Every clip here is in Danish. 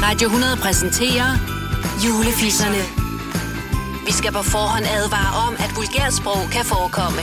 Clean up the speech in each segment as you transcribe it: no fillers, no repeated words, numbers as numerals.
Radio 100 præsenterer Julefisserne. Vi skal på forhånd advare om, at vulgært sprog kan forekomme.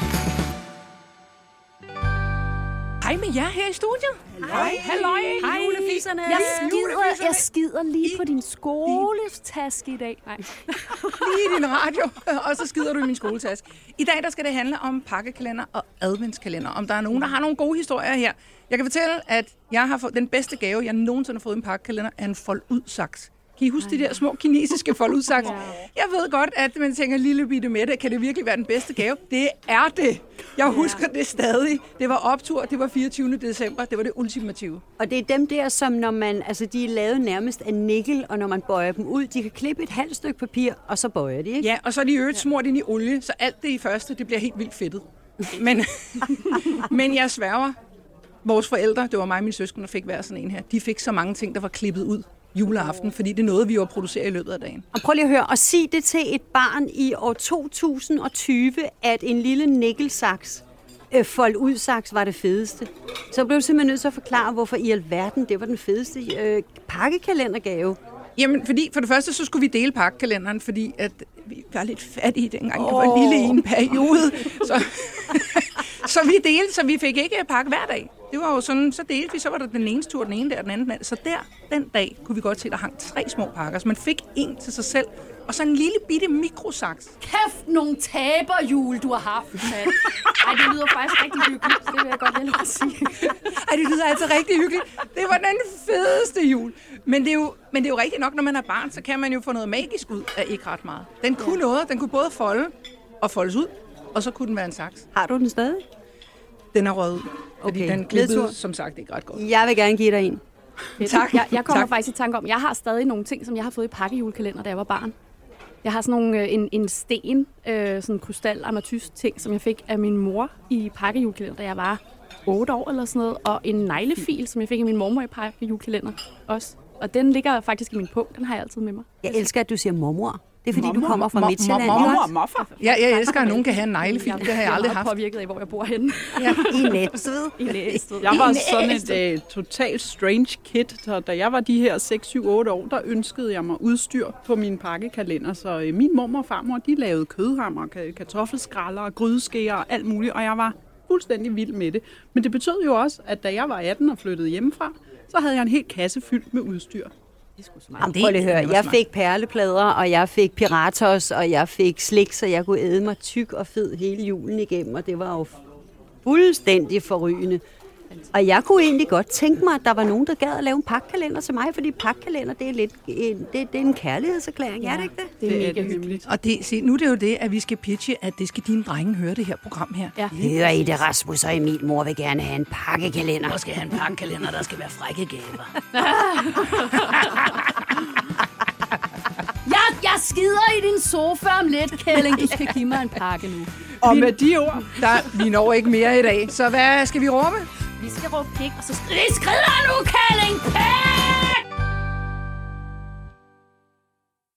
Hej med jer her i studiet. Hej. Halløj. Hej, julefisserne. Jeg skider lige på din skoletaske i dag. Nej. Lige i din radio, og så skider du i min skoletaske. I dag der skal det handle om pakkekalender og adventskalender. Om der er nogen, der har nogle gode historier her. Jeg kan fortælle, at jeg har fået den bedste gave, jeg nogensinde har fået i en pakkekalender, er en fold-ud-saks. Kan I huske de der små kinesiske fold-ud-saks? Jeg ved godt, at man tænker, lille bitte med det. Kan det virkelig være den bedste gave? Det er det. Jeg husker det stadig. Det var optur, det var 24. december, det var det ultimative. Og det er dem der, som når man, altså de er lavet nærmest af nikkel, og når man bøjer dem ud, de kan klippe et halvt stykke papir, og så bøjer de, ikke? Ja, og så er de øvrigt smurt ind i olie, så alt det i første, det bliver helt vildt fedtet. Men jeg sværger, vores forældre, det var mig og mine søskende, der fik hver sådan en her, de fik så mange ting, der var klippet ud juleaften, fordi det er noget, vi jo producerer i løbet af dagen. Og prøv lige at høre, og sig det til et barn i år 2020, at en lille nikkelsaks, fold-ud-saks var det fedeste. Så blev du simpelthen nødt til at forklare, hvorfor i alverden det var den fedeste pakkekalendergave. Jamen, fordi for det første, så skulle vi dele pakkekalenderen, fordi at vi var lidt fattige dengang. Jeg var lille i en periode. Så vi delte, så vi fik ikke pakke hver dag. Det var jo sådan, så delte vi, så var der den ene tur, den ene der, den anden. Så den dag kunne vi godt se, der hang 3 små pakker. Så man fik en til sig selv, og så en lille bitte mikrosaks. Kæft, nogle taberjul, du har haft, mand. Ej, det lyder faktisk rigtig hyggeligt, det vil jeg godt lide at sige. Ej, det lyder altså rigtig hyggeligt. Det var den fedeste jul. Men det er jo rigtigt nok, når man er barn, så kan man jo få noget magisk ud af ikke ret meget. Den kunne noget, den kunne både folde og foldes ud, og så kunne den være en saks. Har du den stadig? Den er røget ud, fordi Okay. den klippede som sagt ikke ret godt. Jeg vil gerne give dig en. Tak. Jeg kommer faktisk i tanke om, jeg har stadig nogle ting, som jeg har fået i pakkejulekalender, da jeg var barn. Jeg har sådan nogle, en sten, sådan en krystal ametyst ting, som jeg fik af min mor i pakkejulekalender, da jeg var 8 år eller sådan noget. Og en neglefil, som jeg fik af min mormor i pakkejulekalender også. Og den ligger faktisk i min punkt, den har jeg altid med mig. Jeg elsker, at du siger mormor. Det er fordi, du kommer fra Midtjylland. Mormor. Ja, jeg elsker, at nogen kan have en neglefil. Det har jeg aldrig haft. Jeg er påvirket af, hvor jeg bor henne. Ja. I Næstved. Jeg var sådan et totalt strange kid, så da jeg var de her 6, 7, 8 år, der ønskede jeg mig udstyr på min pakkekalender. Så min mormor og farmor, de lavede kødhammer, kartoffelskralder og grydeskeer og alt muligt, og jeg var fuldstændig vild med det. Men det betød jo også, at da jeg var 18 og flyttede hjemmefra, så havde jeg en hel kasse fyldt med udstyr. Prøv lige at høre. Jeg fik perleplader, og jeg fik piratos, og jeg fik slik, så jeg kunne æde mig tyk og fed hele julen igennem, og det var jo fuldstændig forrygende. Og jeg kunne egentlig godt tænke mig, at der var nogen, der gad at lave en pakkekalender til mig, fordi pakkekalender, det er lidt det er en kærlighedserklæring, er det ikke det? Det er mega hyggeligt. Og nu er det jo det, at vi skal pitche, at det skal dine drenge høre det her program her. Ja. Hører I det, Rasmus og Emil? Mor vil gerne have en pakkekalender. Der skal have en pakkekalender, der skal være frække gaver. Jeg skider i din sofa om lidt, Kælling. Du skal give mig en pakke nu. Og med de ord, vi når ikke mere i dag. Så hvad skal vi råbe? Vi skal råbe pik, og så skrider nu, Kælling! Pik!